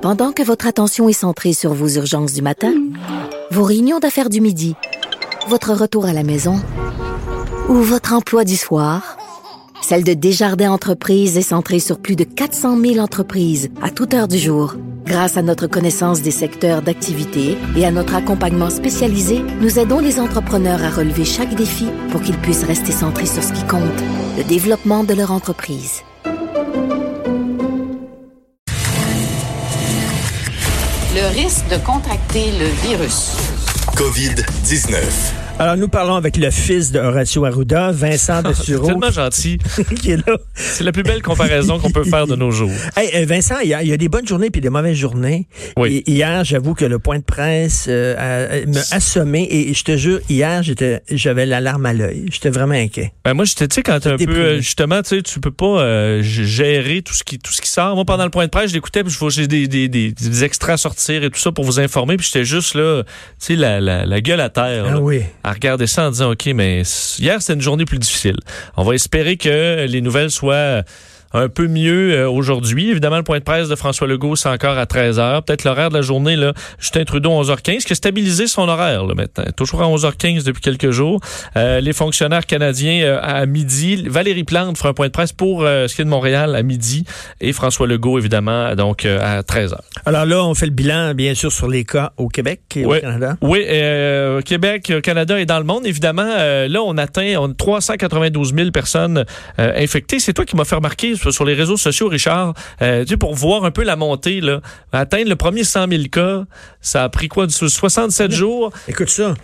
Pendant que votre attention est centrée sur vos urgences du matin, vos réunions d'affaires du midi, votre retour à la maison ou votre emploi du soir, celle de Desjardins Entreprises est centrée sur plus de 400 000 entreprises à toute heure du jour. Grâce à notre connaissance des secteurs d'activité et à notre accompagnement spécialisé, nous aidons les entrepreneurs à relever chaque défi pour qu'ils puissent rester centrés sur ce qui compte, le développement de leur entreprise. Le risque de contracter le virus. COVID-19. Alors, nous parlons avec le fils de Horacio Arruda, Vincent Dessureau. C'est tellement gentil. Qui est là. C'est la plus belle comparaison qu'on peut faire de nos jours. Hey, Vincent, il y a des bonnes journées puis des mauvaises journées. Oui. Et hier, j'avoue que le point de presse m'a assommé. Et je te jure, hier, j'avais la larme à l'œil. J'étais vraiment inquiet. Ben moi, tu sais, quand t'es un peu, justement, tu sais, tu peux pas gérer tout ce qui sort. Moi, pendant le point de presse, je l'écoutais, puis j'ai des extraits à sortir et tout ça pour vous informer. Puis j'étais juste là, tu sais, la gueule à terre. Ah là, oui. À regarder ça en disant, OK, mais hier, c'était une journée plus difficile. On va espérer que les nouvelles soient un peu mieux aujourd'hui. Évidemment, le point de presse de François Legault, c'est encore à 13h. Peut-être l'horaire de la journée, là, Justin Trudeau, 11h15, qui a stabilisé son horaire là, maintenant. Toujours à 11h15 depuis quelques jours. Les fonctionnaires canadiens à midi. Valérie Plante fera un point de presse pour ce qui est de Montréal à midi. Et François Legault, évidemment, donc à 13h. Alors là, on fait le bilan, bien sûr, sur les cas au Québec et au Canada. Oui, Québec, Canada et dans le monde, évidemment. Là, on atteint 392 000 personnes infectées. C'est toi qui m'as fait remarquer sur les réseaux sociaux, Richard, pour voir un peu la montée, là, atteindre le premier 100 000 cas, ça a pris quoi, 67 jours? Écoute ça,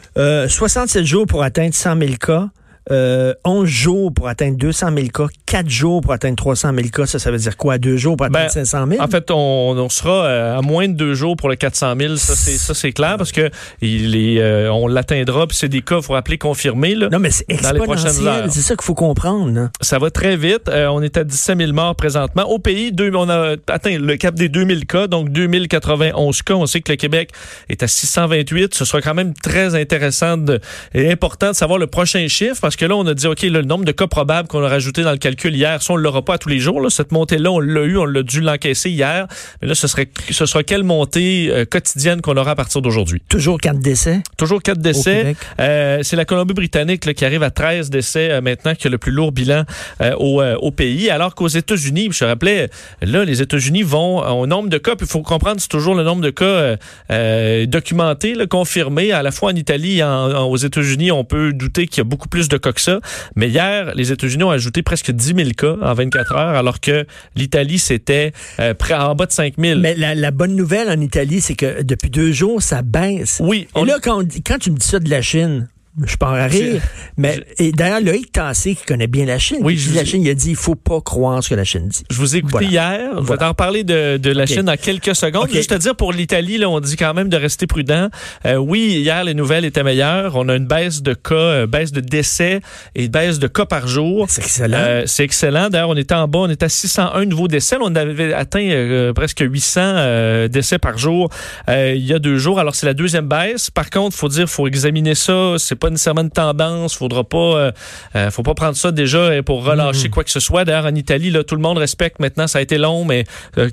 67 jours pour atteindre 100 000 cas, 11 jours pour atteindre 200 000 cas, 4 jours pour atteindre 300 000 cas, ça veut dire quoi? 2 jours pour atteindre 500 000? En fait, on sera à moins de 2 jours pour le 400 000, ça c'est clair, parce que on l'atteindra, puis c'est des cas, il faut rappeler, confirmés. Là, non, mais c'est exponentiel, c'est ça qu'il faut comprendre. Là. Ça va très vite, on est à 17 000 morts présentement. Au pays, on a atteint le cap des 2000 cas, donc 2091 cas. On sait que le Québec est à 628. Ce sera quand même très intéressant et important de savoir le prochain chiffre, parce que là, on a dit, OK, là, le nombre de cas probables qu'on a rajouté dans le calcul hier, ça, on ne l'aura pas à tous les jours. Là. Cette montée-là, on l'a dû l'encaisser hier. Mais là, ce sera quelle montée quotidienne qu'on aura à partir d'aujourd'hui? Toujours 4 décès? Toujours 4 décès. C'est la Colombie-Britannique là, qui arrive à 13 décès maintenant, qui a le plus lourd bilan au pays. Alors qu'aux États-Unis, je te rappelais, là, les États-Unis vont au nombre de cas, puis il faut comprendre, c'est toujours le nombre de cas documentés, là, confirmés, à la fois en Italie et aux États-Unis. On peut douter qu'il y a beaucoup plus de cas que ça. Mais hier, les États-Unis ont ajouté presque 10 000 cas en 24 heures, alors que l'Italie, c'était en bas de 5 000. Mais la bonne nouvelle en Italie, c'est que depuis 2 jours, ça baisse. Oui. Et là, quand tu me dis ça de la Chine, je pars à rire. Et d'ailleurs, Loïc Tassé, qui connaît bien la Chine, la Chine, il a dit, il faut pas croire ce que la Chine dit. Je vous ai écouté hier. Je vais t'en reparler de la Chine dans quelques secondes. Juste te dire, pour l'Italie, là, on dit quand même de rester prudent. Oui, hier, les nouvelles étaient meilleures. On a une baisse de cas, baisse de décès et baisse de cas par jour. C'est excellent. C'est excellent. D'ailleurs, on était en bas, on était à 601 nouveaux décès. Là, on avait atteint presque 800 décès par jour il y a 2 jours. Alors, c'est la deuxième baisse. Par contre, faut examiner ça. C'est pas nécessairement une tendance. Faut pas prendre ça déjà pour relâcher quoi que ce soit. D'ailleurs, en Italie, là, tout le monde respecte maintenant. Ça a été long, mais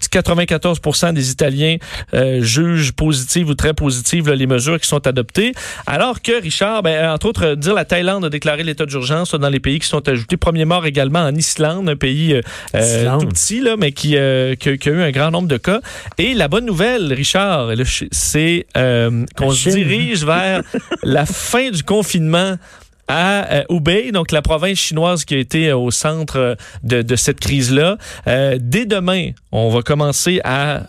94% des Italiens jugent positives ou très positives là, les mesures qui sont adoptées. Alors que, Richard, entre autres, la Thaïlande a déclaré l'état d'urgence là, dans les pays qui sont ajoutés. Premier mort également en Islande, un pays tout petit, là, mais qui a eu un grand nombre de cas. Et la bonne nouvelle, Richard, c'est qu'on se dirige vers la fin du confinement à Hubei, donc la province chinoise qui a été au centre de cette crise-là. Dès demain, on va commencer à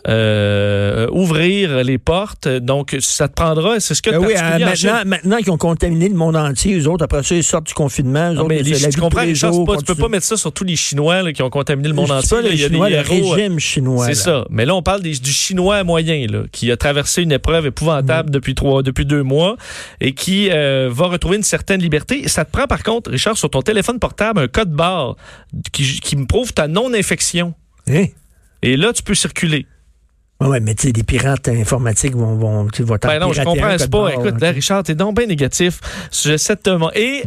ouvrir les portes. Donc, ça te prendra, c'est ce que maintenant qu'ils ont contaminé le monde entier, eux autres, après ça, ils sortent du confinement. Tu comprends, Richard, tu peux pas mettre ça sur tous les Chinois là, qui ont contaminé le monde entier. Il y a le régime chinois. C'est ça. Mais là, on parle du Chinois moyen, là, qui a traversé une épreuve épouvantable depuis 2 mois et qui va retrouver une certaine liberté. Ça te prend, par contre, Richard, sur ton téléphone portable, un code barre qui me prouve ta non-infection. Hein? Et là, tu peux circuler. Oui, mais tu sais, des pirates informatiques vont non, je comprends pas. Écoute, là, Richard, t'es donc bien négatif. Et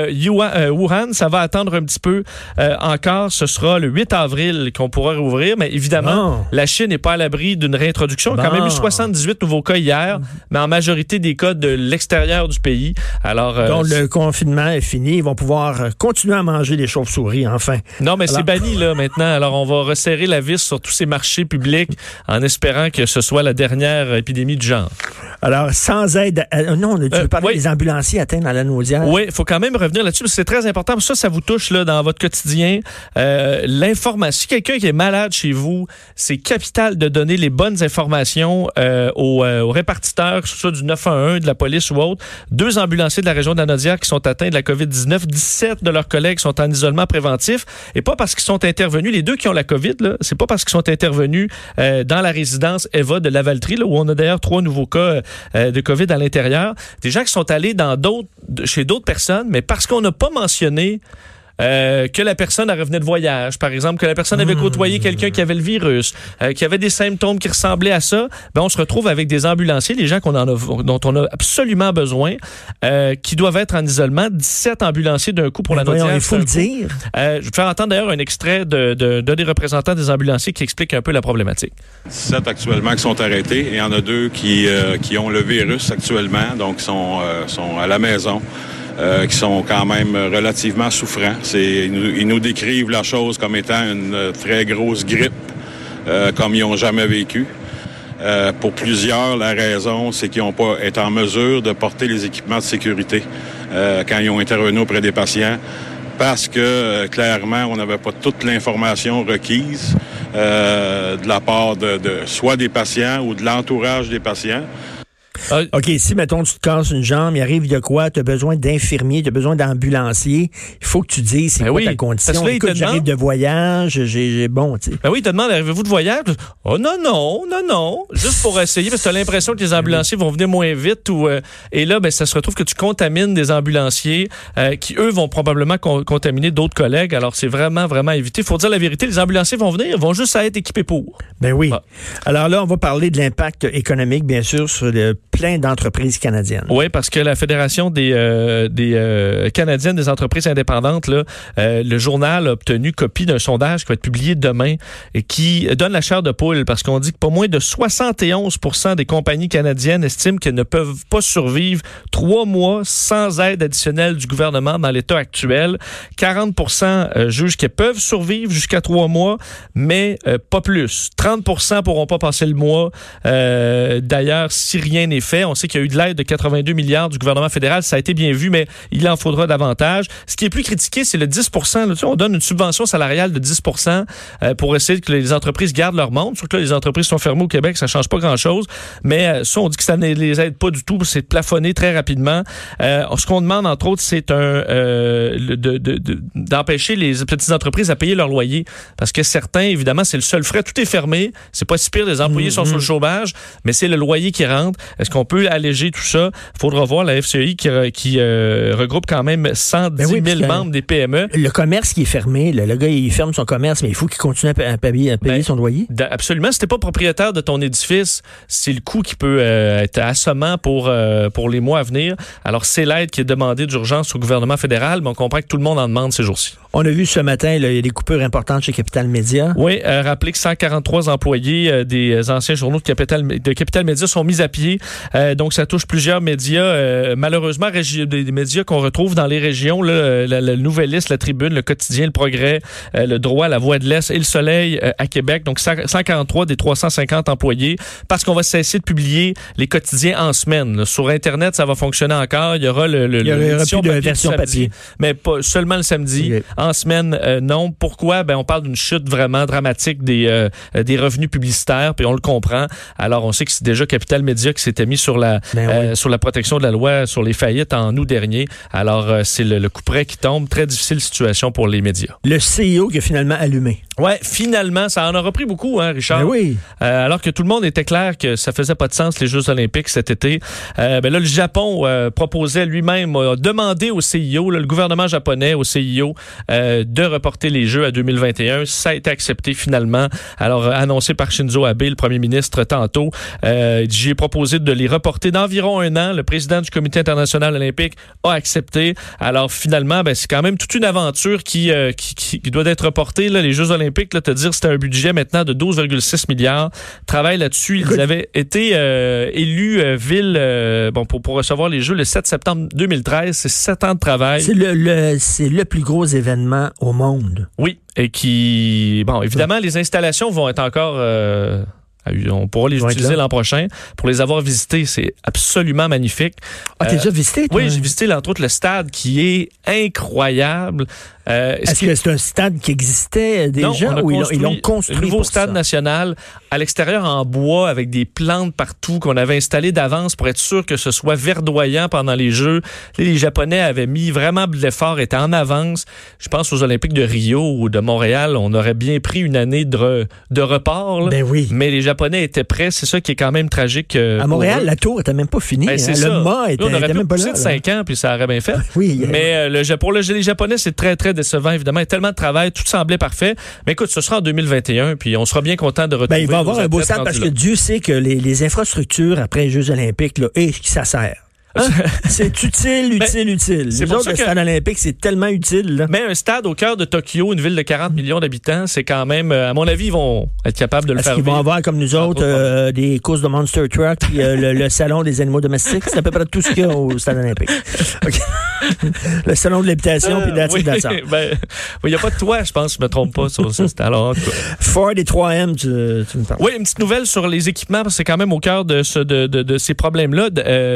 Wuhan, ça va attendre un petit peu encore. Ce sera le 8 avril qu'on pourra rouvrir, mais évidemment, la Chine n'est pas à l'abri d'une réintroduction. Il y a quand même eu 78 nouveaux cas hier, mais en majorité des cas de l'extérieur du pays. Alors, donc, le confinement est fini. Ils vont pouvoir continuer à manger des chauves-souris, enfin. Non, mais c'est banni, là, maintenant. Alors, on va resserrer la vis sur tous ces marchés publics en espérant que ce soit la dernière épidémie du genre. Alors, sans aide... non, tu veux parler des ambulanciers atteints dans la naudière? Oui, il faut quand même revenir là-dessus, parce que c'est très important. Ça vous touche là, dans votre quotidien. L'information. Si quelqu'un qui est malade chez vous, c'est capital de donner les bonnes informations aux répartiteurs, que ce soit du 911, de la police ou autre. 2 ambulanciers de la région de la Naudière qui sont atteints de la COVID-19. 17 de leurs collègues sont en isolement préventif. Et pas parce qu'ils sont intervenus, les 2 qui ont la COVID, là, c'est pas parce qu'ils sont intervenus dans la résidence Eva de Lavaltrie, là, où on a d'ailleurs 3 nouveaux cas de COVID à l'intérieur. Des gens qui sont allés chez d'autres personnes, mais parce qu'on n'a pas mentionné que la personne revenait de voyage, par exemple, que la personne avait côtoyé quelqu'un qui avait le virus, qui avait des symptômes qui ressemblaient à ça, ben on se retrouve avec des ambulanciers, les gens dont on a absolument besoin, qui doivent être en isolement. 17 ambulanciers d'un coup pour la Naudière. Il faut le dire. Je vais faire entendre d'ailleurs un extrait d'un des représentants des ambulanciers qui explique un peu la problématique. 17 actuellement qui sont arrêtés et il y en a 2 qui ont le virus actuellement, donc sont à la maison. Qui sont quand même relativement souffrants. Ils nous décrivent la chose comme étant une très grosse grippe, comme ils n'ont jamais vécu. Pour plusieurs, la raison, c'est qu'ils n'ont pas été en mesure de porter les équipements de sécurité quand ils ont intervenu auprès des patients, parce que, clairement, on n'avait pas toute l'information requise de la part de soit des patients ou de l'entourage des patients. OK, si, mettons, tu te casses une jambe, il arrive de quoi? Tu as besoin d'infirmiers, tu as besoin d'ambulanciers. Il faut que tu dises c'est quoi ta condition. Là, écoute, j'arrive de voyage, j'ai bon, tu sais. Ben oui, il te demande, arrivez-vous de voyage? Oh non. Juste pour essayer, parce que tu as l'impression que les ambulanciers vont venir moins vite. Et là, ben, ça se retrouve que tu contamines des ambulanciers qui, eux, vont probablement contaminer d'autres collègues. Alors, c'est vraiment, vraiment évité. Il faut dire la vérité, les ambulanciers vont venir, ils vont juste être équipés pour. Ben oui. Ah. Alors là, on va parler de l'impact économique, bien sûr, sur plein d'entreprises canadiennes. Oui, parce que la Fédération des Canadiennes des entreprises indépendantes, là, le journal a obtenu copie d'un sondage qui va être publié demain et qui donne la chair de poule, parce qu'on dit que pas moins de 71% des compagnies canadiennes estiment qu'elles ne peuvent pas survivre 3 mois sans aide additionnelle du gouvernement dans l'état actuel. 40% jugent qu'elles peuvent survivre jusqu'à 3 mois, mais pas plus. 30% pourront pas passer le mois. D'ailleurs, si rien n'est fait, on sait qu'il y a eu de l'aide de 82 milliards du gouvernement fédéral. Ça a été bien vu, mais il en faudra davantage. Ce qui est plus critiqué, c'est le 10%. Là, tu sais, on donne une subvention salariale de 10% pour essayer que les entreprises gardent leur monde. Surtout que là, les entreprises sont fermées au Québec, ça change pas grand-chose. Mais ça, on dit que ça ne les aide pas du tout. C'est plafonné très rapidement. Ce qu'on demande, entre autres, c'est d'empêcher les petites entreprises à payer leur loyer. Parce que certains, évidemment, c'est le seul frais. Tout est fermé. C'est pas si pire. Les employés sont sur le chômage, mais c'est le loyer qui rentre. Est-ce qu'on peut alléger tout ça? Il faudra voir la FCI qui regroupe quand même 110 000 membres des PME. Le commerce qui est fermé, le gars, il ferme son commerce, mais il faut qu'il continue à payer son loyer. Absolument. Si t'es pas propriétaire de ton édifice, c'est le coût qui peut être assommant pour les mois à venir. Alors, c'est l'aide qui est demandée d'urgence au gouvernement fédéral, mais on comprend que tout le monde en demande ces jours-ci. On a vu ce matin, il y a des coupures importantes chez Capital Média. Oui, rappelez que 143 employés des anciens journaux de Capital Média sont mis à pied. Donc, ça touche plusieurs médias. Malheureusement, des médias qu'on retrouve dans les régions, là, la Nouvelliste, la Tribune, le Quotidien, le Progrès, le Droit, la Voix de l'Est et le Soleil à Québec. Donc, 143 des 350 employés, parce qu'on va cesser de publier les quotidiens en semaine. Là. Sur Internet, ça va fonctionner encore. Il y aura l'édition de version papier. Mais pas seulement le samedi. Okay. En semaine, non. Pourquoi? Ben, on parle d'une chute vraiment dramatique des revenus publicitaires, puis on le comprend. Alors, on sait que c'est déjà Capital Média qui s'était mis sur la protection de la loi sur les faillites en août dernier. Alors, c'est le couperet qui tombe. Très difficile situation pour les médias. Le CEO qui a finalement allumé. Ouais, finalement, ça en aura pris beaucoup, hein, Richard? Ben oui. Alors que tout le monde était clair que ça faisait pas de sens, les Jeux olympiques cet été. Là, le Japon proposait lui-même, a demandé au CIO, le gouvernement japonais, au CIO, de reporter les Jeux à 2021. Ça a été accepté finalement. Alors, annoncé par Shinzo Abe, le premier ministre, tantôt. J'ai proposé de les reporter d'environ 1 an. Le président du Comité international olympique a accepté. Alors, finalement, c'est quand même toute une aventure qui doit être reportée, là, les Jeux olympiques. Là, te dire c'était un budget maintenant de 12,6 milliards. Travail là-dessus. Ils avaient été élus ville pour recevoir les Jeux le 7 septembre 2013. C'est 7 ans de travail. C'est le plus gros événement au monde. Oui. Et qui... Bon, évidemment, les installations vont être encore... on pourra les utiliser l'an prochain. Pour les avoir visités, c'est absolument magnifique. Ah, t'as déjà visité, toi? Oui, j'ai visité, entre autres, le stade qui est incroyable. Est-ce que c'est un stade qui existait déjà ou ils l'ont construit? Un nouveau stade national à l'extérieur en bois avec des plantes partout qu'on avait installées d'avance pour être sûr que ce soit verdoyant pendant les Jeux. Les Japonais avaient mis vraiment de l'effort, étaient en avance. Je pense aux Olympiques de Rio ou de Montréal, on aurait bien pris une année de report. Là. Ben oui. Mais les Japonais étaient près. C'est ça qui est quand même tragique. À Montréal, la tour était même pas finie. C'est ça. Le mât était même pas là. On aurait pu pousser de 5 ans, puis ça aurait bien fait. Oui. Mais pour les Japonais, c'est très, très décevant, évidemment. Il y a tellement de travail, tout semblait parfait. Mais écoute, ce sera en 2021, puis on sera bien content de retrouver. Il va y avoir un beau stade parce que Dieu sait que les infrastructures après les Jeux olympiques, là, ça sert. Hein? C'est utile. Les autres, le stade olympique, c'est tellement utile. Là. Mais un stade au cœur de Tokyo, une ville de 40 millions d'habitants, c'est quand même, à mon avis, ils vont être capables de le faire. Est-ce qu'ils vont avoir, comme nous autres, des courses de Monster Truck, puis le salon des animaux domestiques? C'est à peu près tout ce qu'il y a au stade olympique. Okay. Le salon de l'habitation, puis il n'y a pas de toit, je pense, je ne me trompe pas sur ce stade. Alors, Ford et 3M, tu me parles. Oui, une petite nouvelle sur les équipements, parce que c'est quand même au cœur de ces problèmes-là.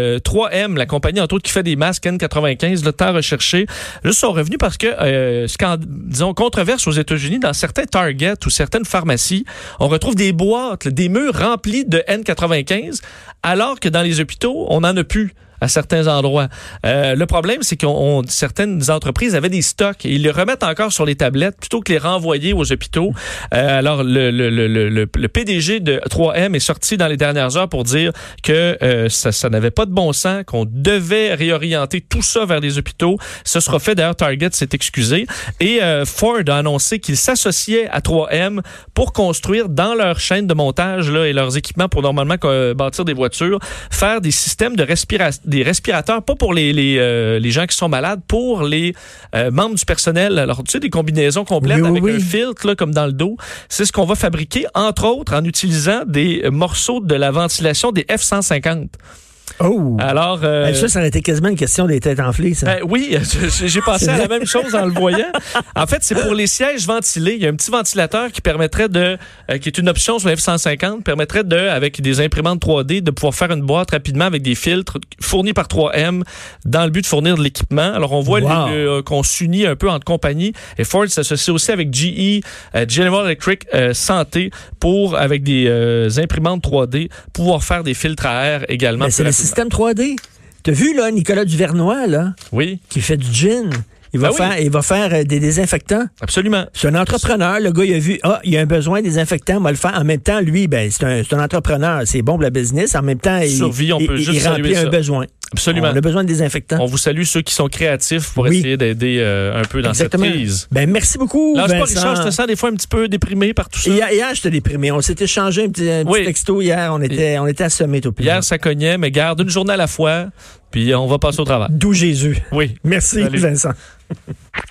3M, la compagnie, entre autres, qui fait des masques N95, là, tant recherché, là, sont revenus parce que, disons, controverse aux États-Unis, dans certains Target ou certaines pharmacies, on retrouve des boîtes, des murs remplis de N95, alors que dans les hôpitaux, on n'en a plus à certains endroits. Le problème, c'est que certaines entreprises avaient des stocks et ils les remettent encore sur les tablettes plutôt que les renvoyer aux hôpitaux. Alors, le PDG de 3M est sorti dans les dernières heures pour dire que ça n'avait pas de bon sens, qu'on devait réorienter tout ça vers les hôpitaux. Ce sera fait. D'ailleurs, Target s'est excusé. Et Ford a annoncé qu'il s'associait à 3M pour construire dans leur chaîne de montage là, et leurs équipements pour normalement bâtir des voitures, faire des systèmes de des respirateurs, pas pour les gens qui sont malades, pour les membres du personnel. Alors, tu sais, des combinaisons complètes avec un filtre, là, comme dans le dos. C'est ce qu'on va fabriquer, entre autres, en utilisant des morceaux de la ventilation des F-150. Oh! Alors, ça aurait été quasiment une question des têtes enflées, ça. Oui, j'ai pensé à la même chose en le voyant. En fait, c'est pour les sièges ventilés. Il y a un petit ventilateur qui permettrait qui est une option sur la F-150, permettrait avec des imprimantes 3D, de pouvoir faire une boîte rapidement avec des filtres fournis par 3M dans le but de fournir de l'équipement. Alors, on voit qu'on s'unit un peu entre compagnies. Et Ford s'associe aussi avec GE, General Electric Santé, avec des imprimantes 3D, pouvoir faire des filtres à air également. C'est le système 3D. T'as vu, là, Nicolas Duvernois, là? Oui. Qui fait du gin. Il va faire des désinfectants. Absolument. C'est un entrepreneur. Le gars, il a vu, il y a un besoin de désinfectants, on va le faire. En même temps, lui, c'est un entrepreneur. C'est bon pour la business. En même temps, il remplit un besoin. Absolument. On a besoin de désinfectants. On vous salue ceux qui sont créatifs pour essayer d'aider un peu dans cette crise. Merci beaucoup, Lâche pas, Richard, je te sens des fois un petit peu déprimé par tout ça. Hier, j'étais déprimé. On s'est échangé un petit texto hier. On était assommés au pire. Hier, ça cognait, mais garde une journée à la fois, puis on va passer au travail. D'où Jésus. Oui. Merci, Vincent.